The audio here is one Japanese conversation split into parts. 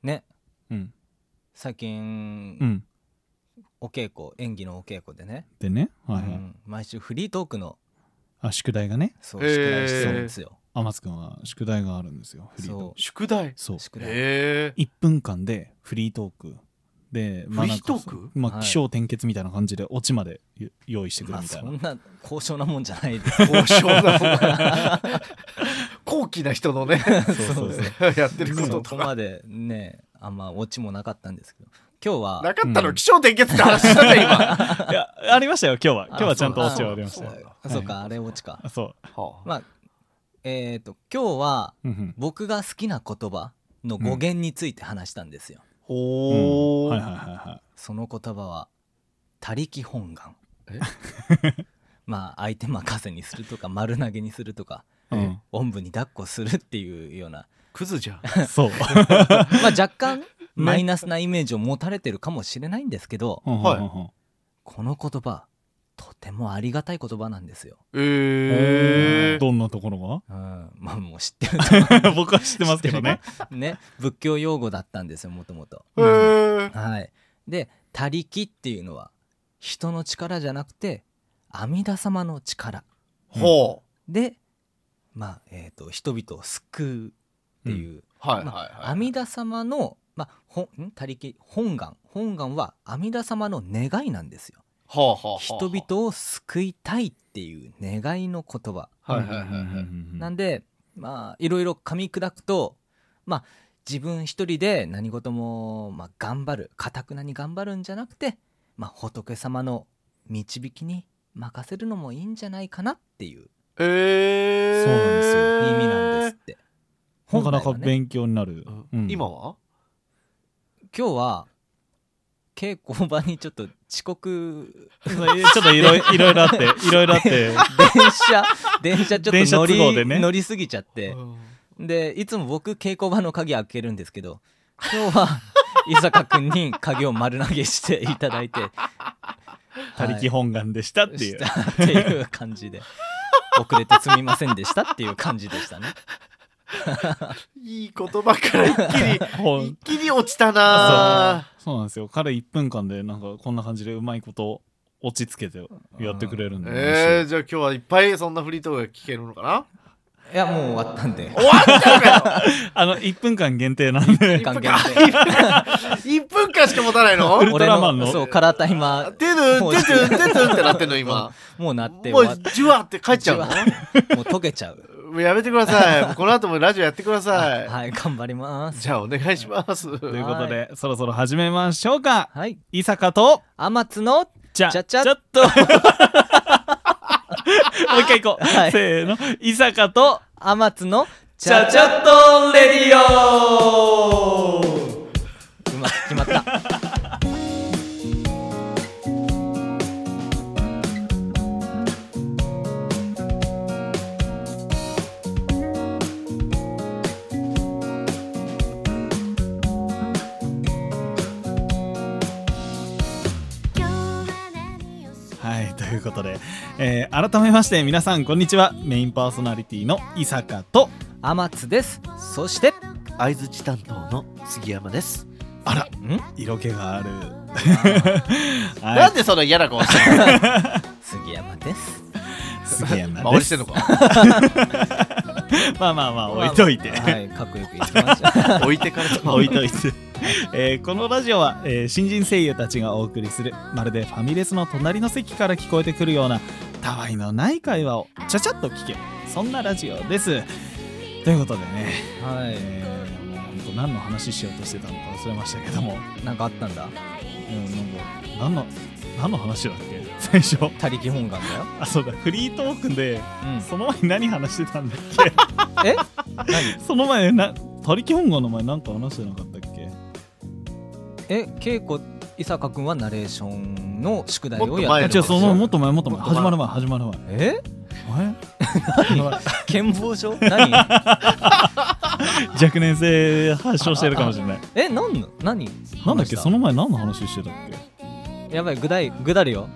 ね、 うん、 最近、 うん、 お稽古、演技のお稽古でね、 でね、はいはい、 毎週フリートークの宿題がね、 そう宿題してるんですよ。 天津くんは宿題があるんですよ。フリートーク。 宿題。 そう。 宿題。 1分間でフリートークで、 フリートーク、 起承転結みたいな感じでオチまで用意してくるみたいな。 そんな高尚なもんじゃないです。 高尚なもん。高貴な人のね、 そうやってることとか。 そこまでね、あんまオチもなかったんですけど、今日はなかったの、起承転結って話したね今。 いや、ありましたよ。今日はちゃんとオチはありましたよ。 そうか、あれオチか。 そう。 まあ今日は僕が好きな言葉の語源について話したんですよ。 おお。 はいはいはいはい。 その言葉は他力本願。まあ相手任せにするとか丸投げにするとか、おんぶに抱っこするっていうようなクズじゃん。 そう。 まあ若干マイナスなイメージを持たれてるかもしれないんですけど、この言葉とてもありがたい言葉なんですよ。 どんなところが？ まあもう知ってると僕は知ってますけどね。 ね、仏教用語だったんですよ、もともと。はい。で、他力っていうのは人の力じゃなくて阿弥陀様の力。で、まあ人々を救うっていう。阿弥陀様の他力本願は阿弥陀様の願いなんですよ。人々を救いたいっていう願いの言葉なんで、まあいろいろ噛み砕くと、まあ自分一人で何事も頑張る、頑なに頑張るんじゃなくて、仏様の導きに任せるのもいいんじゃないかなっていう、 そうなんですよ、 意味なんですって。 なかなか勉強になる。 今は今日は稽古場にちょっと遅刻ちょっといろいろあって電車ちょっと乗りすぎちゃって、でいつも僕稽古場の鍵開けるんですけど、今日は伊坂くんに鍵を丸投げしていただいて他力本願でしたっていう感じで、遅れてすみませんでしたっていう感じでしたね。 いい言葉から一気に落ちたな。 そうなんですよ。彼1分間でなんかこんな感じでうまいこと落ち着けてやってくれるんで、 じゃあ今日はいっぱいそんなフリートークが聞けるのかな。 いやもう終わったんで。 終わったかよ。 1分間限定なんで。 1分間しか持たないの？ ウルトラマンのそうカラータイマーてるってなってんの今。 もうなってもうジュワって帰っちゃうの？もう溶けちゃう。 やめてください。この後もラジオやってください。 はい、頑張ります。 じゃあお願いします。 ということでそろそろ始めましょうか。 はい。 伊坂と天津のちゃちゃっと。 もう一回行こう。せーの。伊坂と天津のちゃちゃっとレディオ。うまく決まった。 ということで、改めまして皆さんこんにちは。メインパーソナリティの伊坂と天津です。そして相づち担当の杉山です。 あら、色気がある。 なんでそんな嫌な顔してるの？ 杉山です。 杉山です。 回りしてんのか？ まあ置いといて、 はい、かっこよく言ってました。 置いてから置いといて。このラジオは、新人声優たちがお送りするまるでファミレスの隣の席から聞こえてくるようなたわいのない会話をちゃちゃっと聞ける、そんなラジオです。ということでね、 はい、 本当何の話しようとしてたのか忘れましたけども、 なんかあったんだ。 何の話だっけ最初。 他力本願だよ。 あ、そうだ、フリートークで、その前に何話してたんだっけ？ 何？ その前他力本願の前なんか話してなかったっけ？ 稽古伊坂くんはナレーションの宿題をやってる。 もっと前始まる前。 健忘症？何？ 若年性発症してるかもしれない。 何なんだっけ、その前何の話してたっけ？ やばい、ぐだるよ。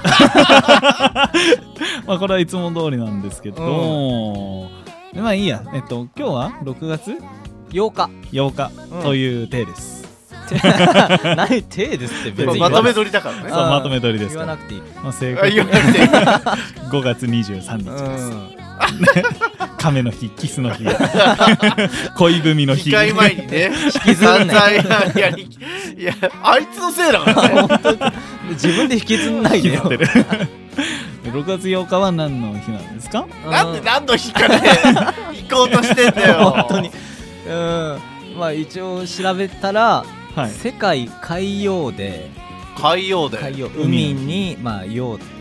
まあこれはいつも通りなんですけど、まあいいや。今日は6月 8日 8日という体です。 何手ですって別にまとめ撮りだからね。 そうまとめ撮りですから。 言わなくていい。 まあ正確に5月23日です。亀の日、キスの日、恋文の日。 2回前にね、 引きずんない。 いやあいつのせいだからね。 自分で引きずんないでよ。 6月8日は何の日なんですか？ なんで何の日かね行こうとしてんだよ。 本当に。まあ一応調べたら、 はい、 世界海洋で海洋で海にまあ洋って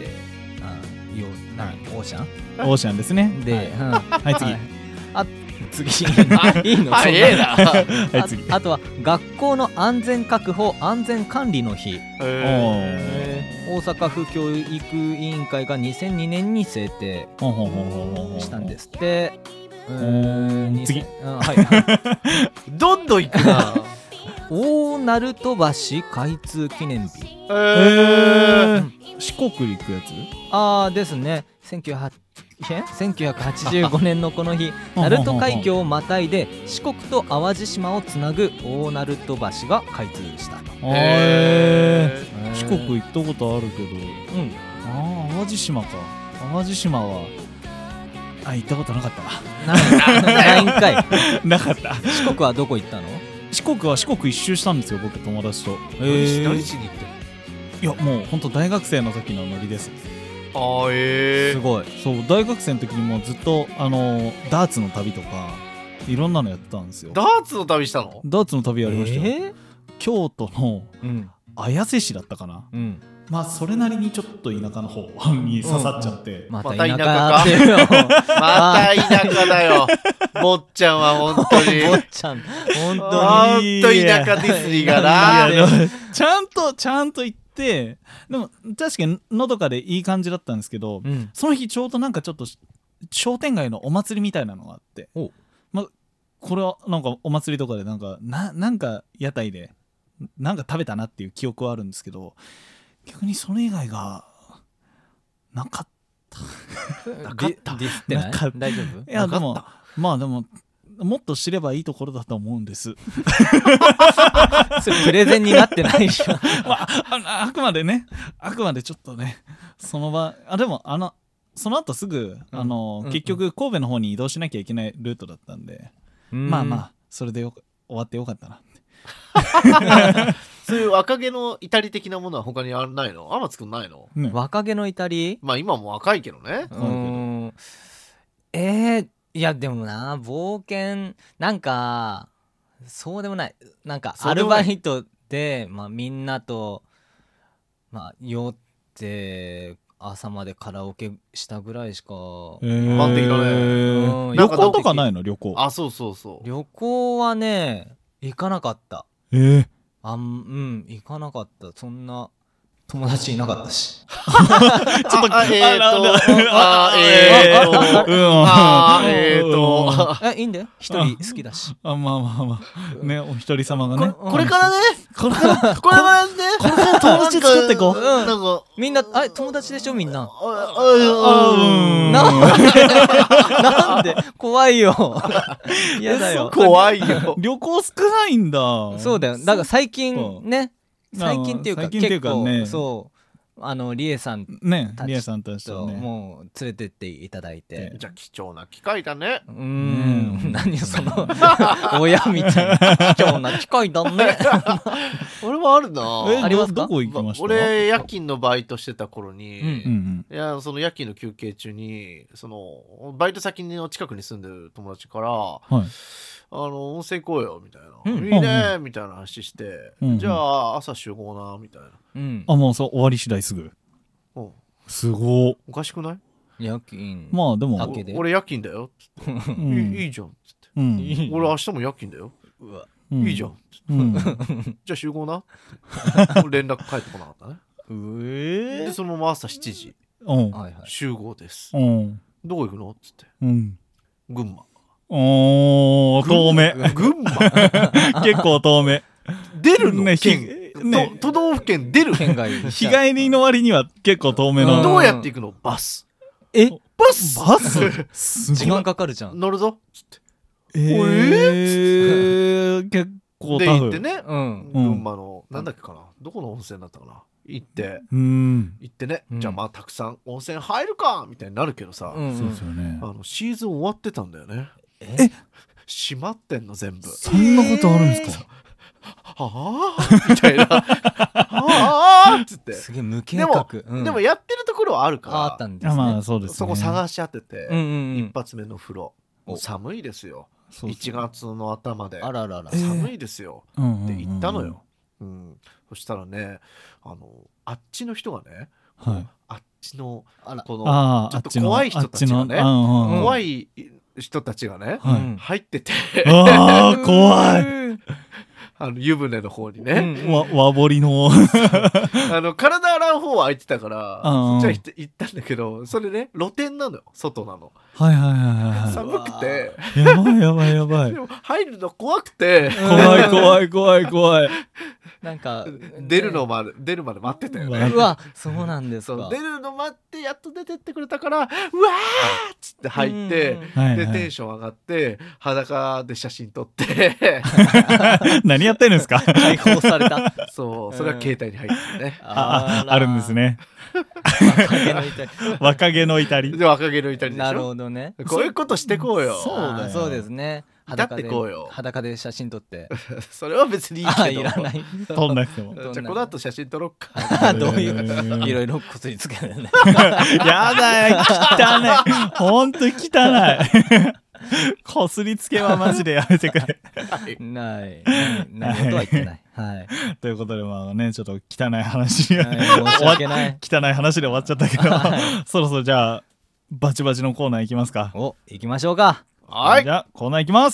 オーシャン？ オーシャンですね。 で、 はい次。 次いいの？ あ、ええな。 はい次。 あとは学校の安全確保安全管理の日。大阪府教育委員会が2002年に制定したんですって。 次。 はい。 どんどん行くな。 大鳴門橋開通記念日。 四国行くやつ？ ああですね。1985年のこの日、鳴門海峡をまたいで四国と淡路島をつなぐ大鳴門橋が開通した。 四国行ったことあるけど、淡路島か。淡路島は行ったことなかったな。ないんかい。 なかった。 四国はどこ行ったの？ 四国一周したんですよ、僕友達と。 何しに行って？ いやもう本当大学生の時のノリです。 すごい。 そう大学生の時にもうずっとダーツの旅とかいろんなのやってたんですよ。 ダーツの旅したの？ ダーツの旅やりましたよ。京都の綾瀬市だったかな。まあそれなりにちょっと田舎の方に刺さっちゃって、 また田舎か。また田舎だよ。坊っちゃんは本当に。 坊っちゃん本当に田舎ディスリーがな。 ちゃんと行って、でも確かにのどかでいい感じだったんですけど、その日ちょうどなんかちょっと商店街のお祭りみたいなのがあって、まあこれはなんかお祭りとかでなんか屋台でなんか食べたなっていう記憶はあるんですけど、逆にそれ以外がなかった。 ディスってない？大丈夫？ いやでもまあでももっと知ればいいところだと思うんです。 それプレゼンになってないでしょ。 あくまでちょっとねその場でもその後すぐ結局神戸の方に移動しなきゃいけないルートだったんで、まあそれで終わってよかったなって。 そういう若気の至り的なものは他にないの？天津くんないの？ 若気の至り？ まあ今も若いけどね。 いやでもな、冒険なんかそうでもない。なんかアルバイトでみんなと酔って朝までカラオケしたぐらいしか。 般的だね。 旅行とかないの？旅行。 あ、そう。 旅行はね行かなかった。行かなかった。そんな友達いなかったし。ちょっといいんだよ。一人好きだし。 まあね、お一人様がね。 これからね。これからね。 友達作ってこう。 みんな友達でしょみんな。なんで怖いよ。嫌だよ。 怖いよ。 旅行少ないんだ。 そうだよ。だから最近ね。最近っていうか結構ね、そうリエさんたちともう連れてっていただいて、 じゃあ貴重な機会だね。 何その親みたいな貴重な機会だね。 俺もあるな。 ありますか？どこ行きました？ 俺夜勤のバイトしてた頃に、いやその夜勤の休憩中にそのバイト先の近くに住んでる友達から。温泉行こうよみたいな、いいねみたいな話して、じゃあ朝集合なみたいな。 もう終わり次第すぐ。すご。 おかしくない？ 夜勤。 まあでも俺夜勤だよっつって。いいじゃんっつって。俺明日も夜勤だよ。いいじゃんっつって。じゃあ集合な。連絡返ってこなかったね。でそのまま朝7時集合です。どこ行くのっつって。群馬。 遠目。 群馬結構遠目。 出るの？都道府県出る？ 県外。 日帰りの割には結構遠目の。 どうやって行くの？バス。 バス？ 時間かかるじゃん。 乗るぞっつって。 結構でタフ行ってね、群馬のなんだっけかな、どこの温泉だったかな、行ってね、じゃあまあたくさん温泉入るかみたいになるけどさ、 そうですよね。 シーズン終わってたんだよね。閉まってんの全部。 そんなことあるんですか？ はあみたいなはあっつって。 すげえ無計画。 でもやってるところはあるから、 あったんですね。 まあそうですね。 そこ探し当てて、一発目の風呂、寒いですよ。1月の頭で寒いですよって言ったのよ。そしたらね、あっちの人がね、あっちのこのちょっと怖い人たちがね、怖い人たちがね入ってて、 怖い。 湯船の方にね、 和彫りの体洗う方は空いてたからそっちは行ったんだけど、それね露天なのよ、外なの。寒くてやばい。 でも入るの怖くて、 怖い。 なんか出るまで待ってたよね。 うわ、そうなんですか。 出るの待ってやっと出てってくれたから、うわーっつって入って、でテンション上がって裸で写真撮って何やってるんですか？ 解放された。 それは携帯に入ってね。 あるんですね。若気の至り。 若気の至りでしょ。 なるほどね。 こういうことしてこうよ。 そうですね。裸で写真撮って。それは別にいいけど。 いらない。 撮んなくても。 じゃあこの後写真撮ろっか。 どういういろいろこすりつけるね。 やだよ、汚い。ほんと汚い。こすりつけはマジでやめてくれ。 ないことは言ってない。 ということでまあね、ちょっと汚い話申し訳ない。 汚い話で終わっちゃったけど、そろそろじゃあバチバチのコーナー行きますか。 行きましょうか。 はい。 じゃあコーナー行きます。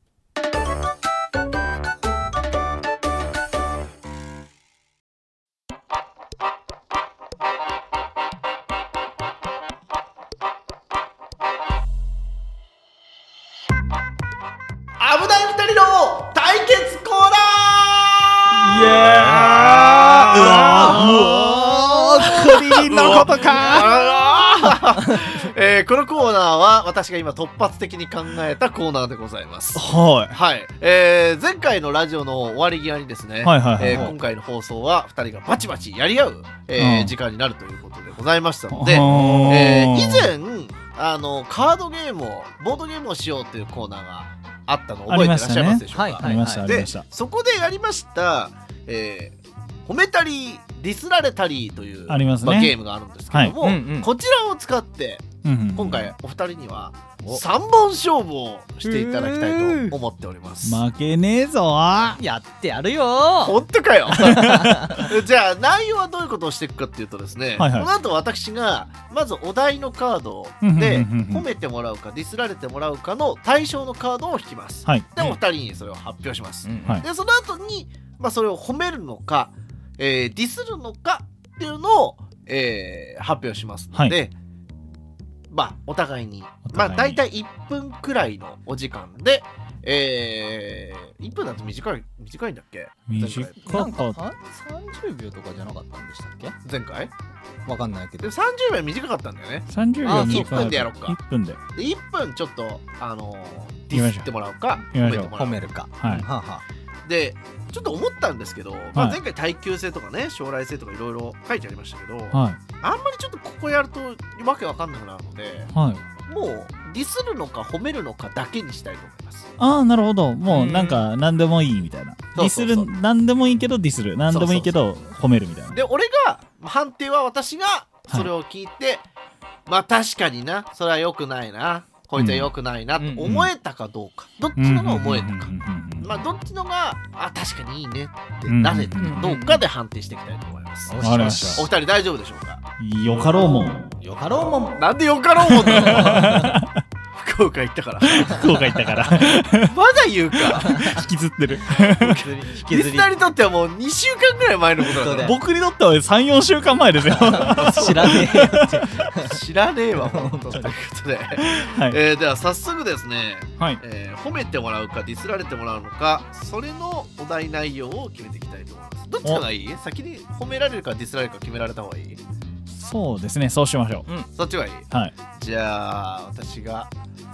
危ない二人の対決コーナー。 イエーイ。クリリンのことか。 このコーナーは私が今突発的に考えたコーナーでございます。 はい。 前回のラジオの終わり際にですね、今回の放送は2人がバチバチやり合う、時間になるということでございましたので、以前カードゲームをボードゲームをしようというコーナーがあったの覚えてらっしゃいますでしょうか。 ありましたでそこでやりました、褒めたりディスられたりという、ゲームがあるんですけども、こちらを使って今回お二人には3本勝負をしていただきたいと思っております。 負けねえぞ。 やってやるよ。 本当かよ。じゃあ内容はどういうことをしていくかっていうとですね、この後私がまずお題のカードで褒めてもらうかディスられてもらうかの対象のカードを引きます。でお二人にそれを発表します。でその後にそれを褒めるのかディスるのかっていうのを発表しますので、お互いにだいたい1分くらいのお時間で、1分だと短いんだっけ？ 短かった。 30秒とかじゃなかったんでしたっけ？ 前回わかんないけど 30秒短かったんだよね。 30秒 1分でやろうか。 1分で 1分ちょっとディスってもらうか褒めるか。 でちょっと思ったんですけど、前回耐久性とかね将来性とかいろいろ書いてありましたけど、あんまりちょっとここやるとわけわかんなくなるので、もうディスるのか褒めるのかだけにしたいと思います。 なるほど。もうなんか何でもいいみたいな。ディスる何でもいいけどディスる、何でもいいけど褒めるみたいな。 で俺が判定は私がそれを聞いて、確かになそれは良くないな、こいつは良くないなと思えたかどうか、どっちのが思えたか、どっちのが確かにいいねってなれたかどうかで判定していきたいと思います。お二人大丈夫でしょうか？ よかろうもん。 なんでよかろうもんなの？福岡行ったからまだ言うか。 引きずってる。 リスナーにとってはもう2週間ぐらい前のことだから、 僕にとっては 3,4 週間前ですよ。 知らねえよって知らねえわ本当ということで、では早速ですね、褒めてもらうかディスられてもらうのか、それのお題内容を決めていきたいと思います。どっちかがいい？先に褒められるかディスられるか決められた方がいい？ そうですね、そうしましょう。 そっちがいい？じゃあ私が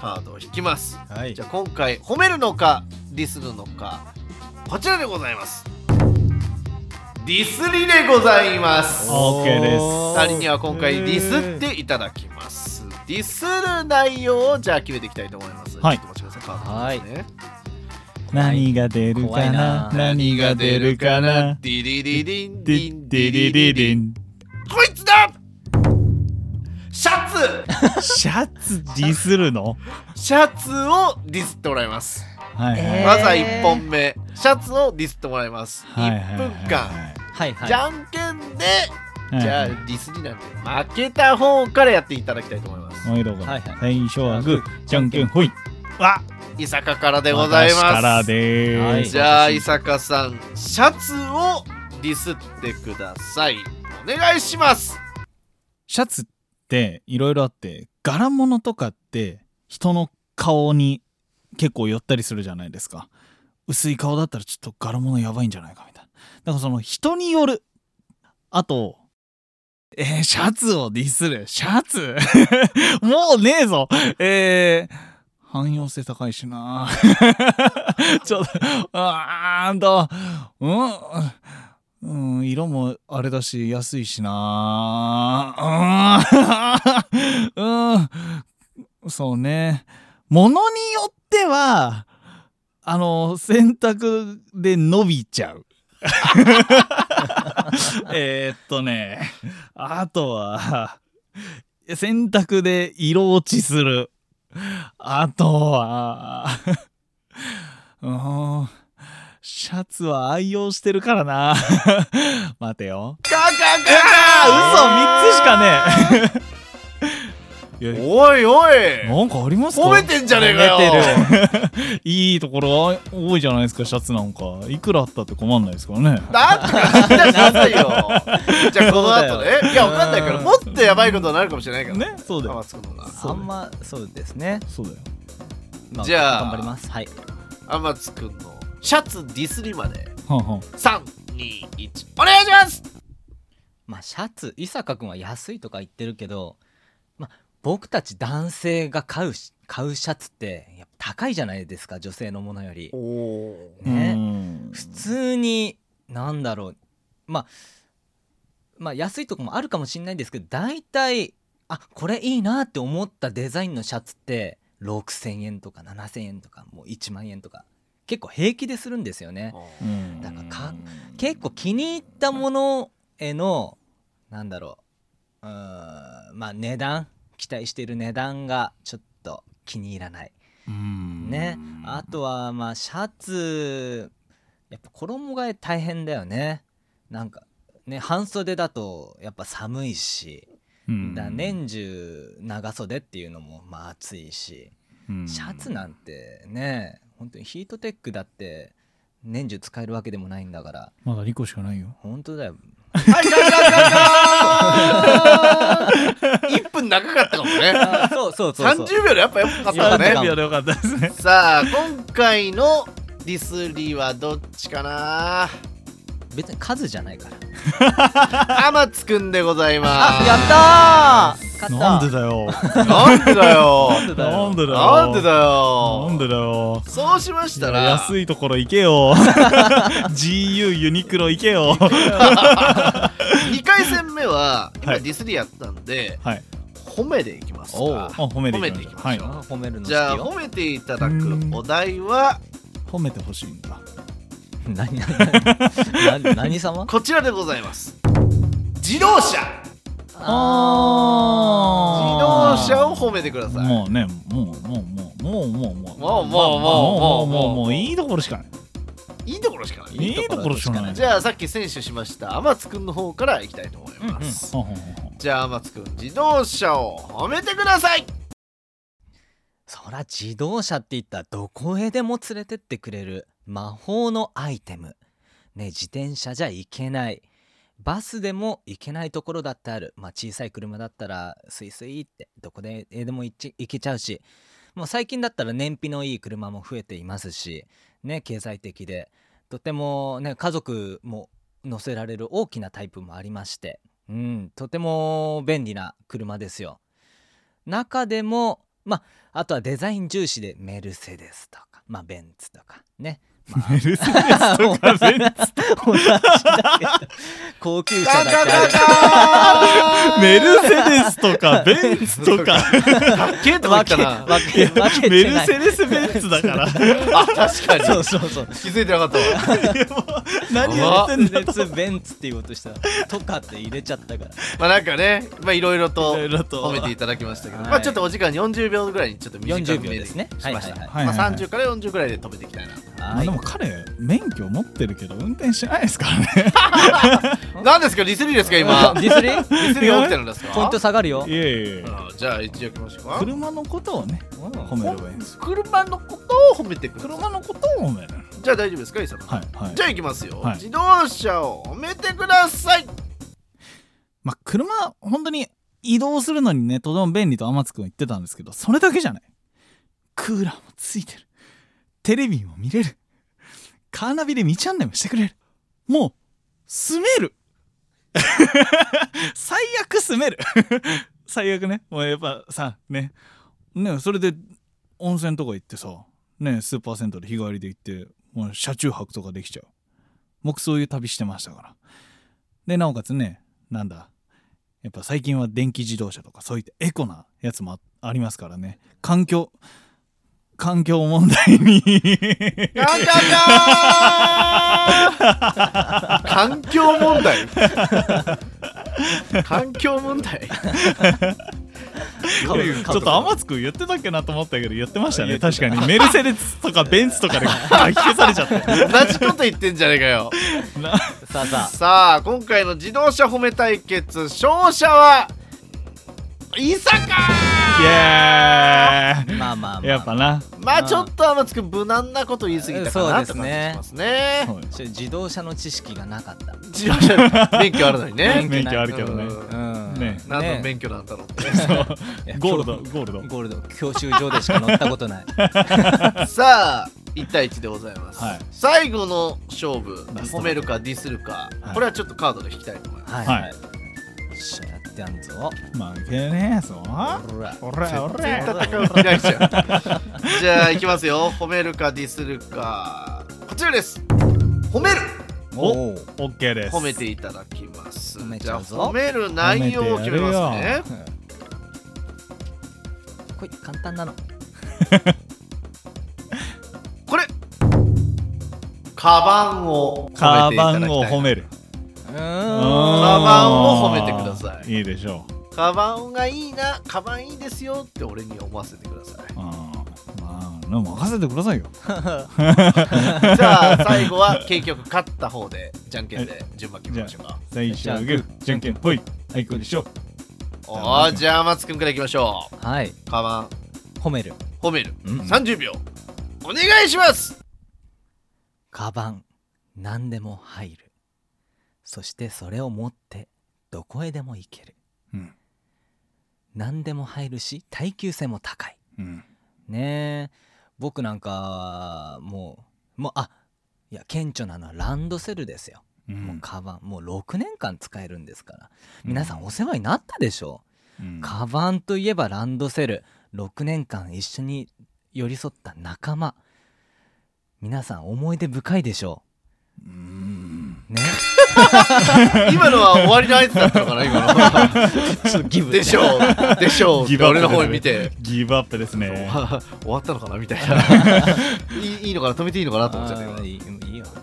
カードを引きます、 はい、 じゃあ今回褒めるのかディスるのか、こちらでございます。ディスりでございます。 OK です。 2人には今回ディスっていただきます。ディスる内容をじゃあ決めていきたいと思います。 はい、 ちょっとお待ちください。カードですね。 何が出るかな、何が出るかな、 ディリリリンディッディリリリン。 こいつだ。シャツシャツディスるの？ シャツをディスってもらいます。 はいはい、 まずは1本目、シャツをディスってもらいます。1分間、 はいはい、 じゃんけんで、じゃあディスりなんで負けた方からやっていただきたいと思います。 はいはい、最初はグー、じゃんけんほい。わ、 伊坂からでございます。 私からでーす。 じゃあ伊坂さん、シャツをディスってください。お願いします。 シャツっていろいろあって、柄物とかって人の顔に結構寄ったりするじゃないですか。薄い顔だったらちょっと柄物やばいんじゃないかみたいな。だからその人による。あとシャツをディスる。シャツもうねえぞ。汎用性高いしなちょっと色もあれだし安いしなそうね。物によっては洗濯で伸びちゃうあとは洗濯で色落ちする。あとはシャツは愛用してるからな待てよ。嘘3つしかねえおいおい、 なんかありますか？ 褒めてんじゃねえかよ。 いいところ多いじゃないですか。シャツなんかいくらあったって困んないですからね。 だって聞き出しなさいよじゃあこの後ね、いやわかんないからもっとやばいことになるかもしれないからね。そうだよ。 あんまそうですね。 そうだよ。 まあ、 じゃあ頑張ります。はい。 あまつくんのシャツディスりまではんはん 3、2、1お願いします。 まあシャツ、伊坂くんは安いとか言ってるけど、まあ僕たち男性が買うシャツってやっぱ高いじゃないですか、女性のものより。ね、普通になんだろう、まあ安いとこもあるかもしれないんですけど、大体これいいなって思ったデザインのシャツって6000円とか7000円とかもう1万円とか結構平気でするんですよね。だから結構気に入ったものへのなんだろう、まあ値段、期待している値段がちょっと気に入らないね。あとはまあシャツやっぱ衣替え大変だよね。なんかね、半袖だとやっぱ寒いし、年中長袖っていうのもまあ暑いし、シャツなんてね、本当にヒートテックだって年中使えるわけでもないんだから。 まだ2個しかないよ。 本当だよ。 1分長かったかもね。 そう 30秒でやっぱよかったね。 30秒でよかったですね。 さあ今回のディスリはどっちかな。 別に数じゃないから天津くんでございます。 やったー、勝った。 なんでだよなんでだよなんでだよなんでだよなんでだよ。 そうしましたら安いところ行けよGU ユニクロ行けよ 2回戦目は今ディスリやったんで、褒めでいきますか。 褒めていきましょう。 褒めるの好きよ。 じゃあ褒めていただくお題は褒めてほしいんだ。 何様？ こちらでございます。自動車。自動車を褒めてください。 もうね、もういいところしかない。 いいところしかない。 いいところしかない。 じゃあさっき選手しました天津くんの方からいきたいと思います。じゃあ天津くん、自動車を褒めてください。 そら自動車って言ったらどこへでも連れてってくれる魔法のアイテムね。自転車じゃ行けない、バスでも行けないところだってある。まあ小さい車だったらスイスイってどこでも行けちゃうし、もう最近だったら燃費のいい車も増えていますしね、経済的でとてもね、家族も乗せられる大きなタイプもありまして、とても便利な車ですよ。中でもあとはデザイン重視でメルセデスとか、ベンツとかね。 メルセデスとかベンツ同じだけど高級車だってある。メルセデスとかベンツとかかっけえとか言ったな。 メルセデスベンツだからあ、確かに。 そう気づいてなかったわ。 何やってんだメルセデスベンツって言おうとしたらとかって入れちゃったから。 なんかね、いろいろといろいろと褒めていただきましたけど、ちょっとお時間40秒ぐらいにちょっと短 40 めに秒ですね。 しました。 はいはいはい 30から40ぐらいで止めていきたいな。 はいでも彼免許持ってるけど運転しないですからね何ですか、ディスリーですか今。 ディスリディスリーが起きてるんですか。 ポイント下がるよ。 いやいやいやじゃあ一応行きましょうか。 車のことをね褒めればいいんですよ。 車のことを褒めてくる。 車のことを褒める。 じゃあ大丈夫ですか、イサさん。 はいはい。 じゃあ行きますよ。 はい自動車を褒めてください。 車本当に移動するのにねとても便利と天津くん言ってたんですけど、それだけじゃない。クーラーもついてる。テレビも見れる。カーナビで道案内もしてくれる。もう住める最悪住める最悪ね。もうやっぱさねそれで温泉とか行ってさねスーパー銭湯で日帰りで行ってもう車中泊とかできちゃう。僕そういう旅してましたから。でなおかつねやっぱ最近は電気自動車とかそういったエコなやつも ありますからね。環境問題に環境問題環境問題ちょっと天津くん言ってたっけなと思ったけど言ってましたね。確かにメルセデスとかベンツとかで消されちゃって同じこと言ってんじゃねえかよ。さあ今回の自動車褒め対決勝者は伊坂。 イエーイ。 まあやっぱなちょっと天津くん無難なこと言い過ぎたかなって感じしますね。 自動車の知識がなかった。 自動車免許あるのにね。 免許あるけどね。 何の免許なんだろうって。 ゴールド教習所でしか乗ったことないさあ1対1でございます。最後の勝負、褒めるかディスるか、これはちょっとカードで引きたいと思います。 はい。やってやんぞ。 負けねえぞ。 おら戦う気ないじゃん。じゃあいきますよ。褒めるかディスるか、こちらです。褒める。 オッケーです。 褒めていただきます。 じゃあ褒める内容を決めますね。 これ簡単なの。 これカバンを褒める。 カバンを褒めてください。 いいでしょう。カバンがいいな、カバンいいですよって俺に思わせてください。 任せてくださいよ。 じゃあ最後は結局勝った方でじゃんけんで順番決めましょうか。 最初はグーじゃんけんぽい。はいこうでしょ。 じゃあ松くんからいきましょう。 はい。 カバン褒める。 30秒お願いします。 カバン何でも入る。そしてそれを持ってどこへでも行ける。何でも入るし耐久性も高い。ねえ、僕なんかもういや顕著なのはランドセルですよ。もうカバンもう6年間使えるんですから。皆さんお世話になったでしょう。カバンといえばランドセル、6年間一緒に寄り添った仲間、皆さん思い出深いでしょう。ね今のは終わりの合図だったのかな。今のギブでしょうでしょうって俺の方に見てギブアップですね。 終わったのかなみたいないいのかな、止めていいのかなと思っちゃったけど。いいよ。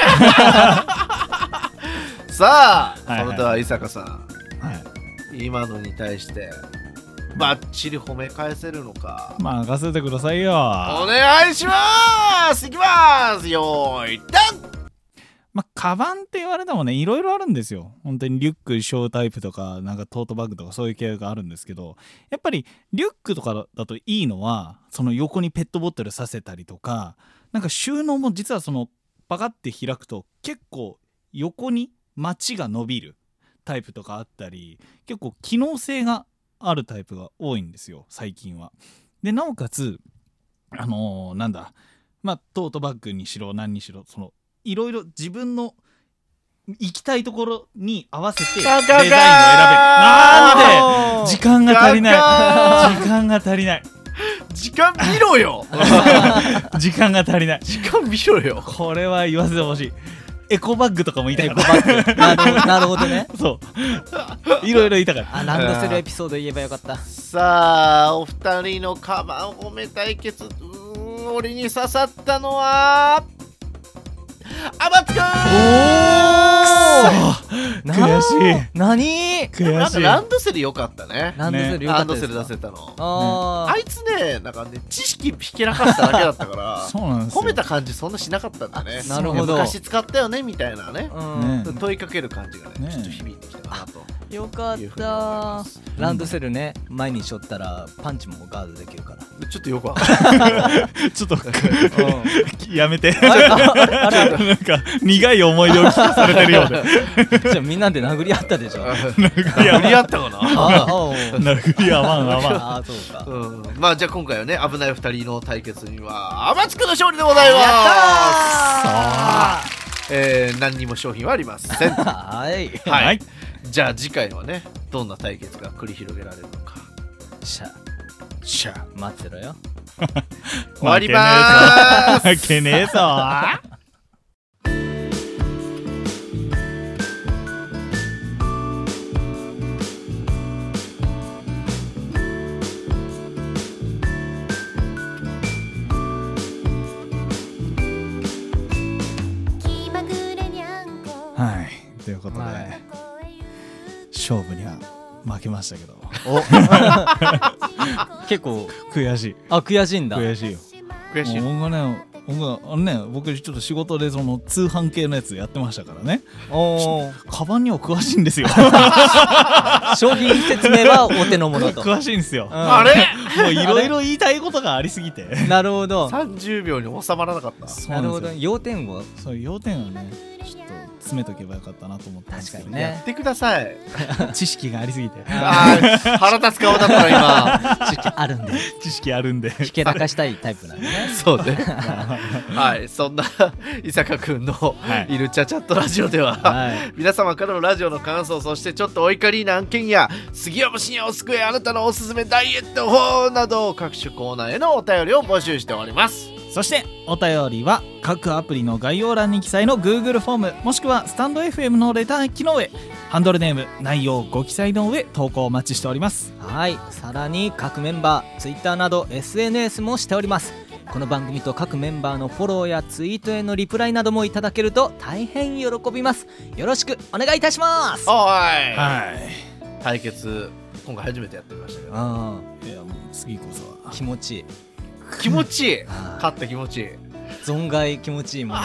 さあそれでは伊坂さん、今のに対してバッチリ褒め返せるのか。 任せてくださいよ。 お願いします。いきます。よーいダン。 カバンって言われてもねいろいろあるんですよ。本当にリュック小タイプとかなんかトートバッグとかそういう系があるんですけど、やっぱりリュックとかだといいのはその横にペットボトルさせたりとか、なんか収納も実はそのパカって開くと結構横にマチが伸びるタイプとかあったり、結構機能性があるタイプが多いんですよ最近は。でなおかつトートバッグにしろ何にしろそのいろいろ自分の行きたいところに合わせてデザインを選べる。なんで時間が足りない。 時間見ろよ時間が足りない。 時間見ろよ。 これは言わせてほしい。エコバッグとかも言いたい。エコバッグなるほどね。 そういろいろ言いたから。 ランドセルエピソード言えばよかった。 さあお二人のカバン褒め対決、俺に刺さったのはあまつくん。 悔しい。 何？ なんかランドセル良かったね。 ランドセル良かったですか？ ランドセル出せたの。あいつね、なんかね、知識ひけらかしただけだったからそうなんですよ。 褒めた感じそんなしなかったんだね。 なるほど。 昔使ったよねみたいなね、問いかける感じがね、ちょっと響いてきたかなと。 よかった。ランドセルね、前に背負ったらパンチもガードできるから。 ちょっとよくわかんない。 ちょっとやめて。なんか苦い思い出を聞かされてるようで。 じゃあみんなで殴り合ったでしょ。 殴り合ったかな。 殴り合わん。 あ、そうか。 まあじゃあ今回はね、危ない二人の対決にはあまつくんの勝利でございます。 やったー。何にも商品はありません。 はい。 じゃあ次回はね、どんな対決が繰り広げられるのか。 しゃ待ってろよ。 終わりまーす。 負けねえぞ。はい、ということで、勝負には負けましたけど結構悔しい。 悔しいんだ。 悔しいよ。 悔しい。 僕ちょっと仕事でその通販系のやつやってましたからね。カバンには詳しいんですよ。 商品説明はお手の物と。 詳しいんですよ。 あれもういろいろ言いたいことがありすぎて。 なるほど。 30秒に収まらなかった。 なるほど。要点は要点はね、ちょっと詰めとけばよかったなと思って。 確かにね。 やってください。 知識がありすぎて。 腹立つ顔だったら今。 知識あるんで。 知識あるんで。 ひけらかしたいタイプなんでね。 そうね。はい、そんな伊坂くんのいるチャチャットラジオでは、皆様からのラジオの感想、そしてちょっとお怒りな案件や杉山深也を救えあなたのおすすめダイエット法など各種コーナーへのお便りを募集しております。 そしてお便りは各アプリの概要欄に記載の Google フォーム、もしくはスタンド FM のレター機の上、ハンドルネーム内容ご記載の上投稿お待ちしております。 はい、さらに各メンバー Twitter など SNS もしております。この番組と各メンバーのフォローやツイートへのリプライなどもいただけると大変喜びます。よろしくお願いいたします。 はい、対決今回初めてやってみましたけど、いやもう次こそは気持ちいい。気持ちいい。勝って気持ちいい。 存外気持ちいいもん、ね、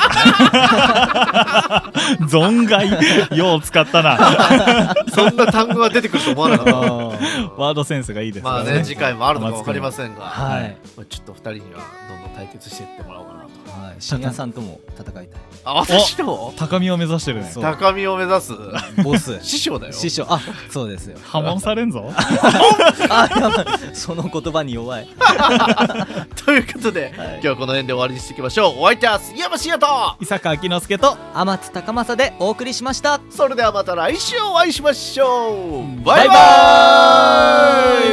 存外よう使ったな。 そんな単語が出てくると思わなかったワードセンスがいいですね。 まあね、次回もあるのか分かりませんが、 はい、 ちょっと2人にはどんどん対決していってもらおうかなと。 はい、深夜さんとも戦いたい。 私とも高みを目指してるね。 高みを目指すボス師匠だよ。 師匠、そうですよ。 破門されんぞ。 やばい、その言葉に弱い。 ということで、今日はこの辺で終わりにしていきましょう。お相手は杉山深也と伊坂明之助と天津高政でお送りしました。 それではまた来週お会いしましょう。バイバイ。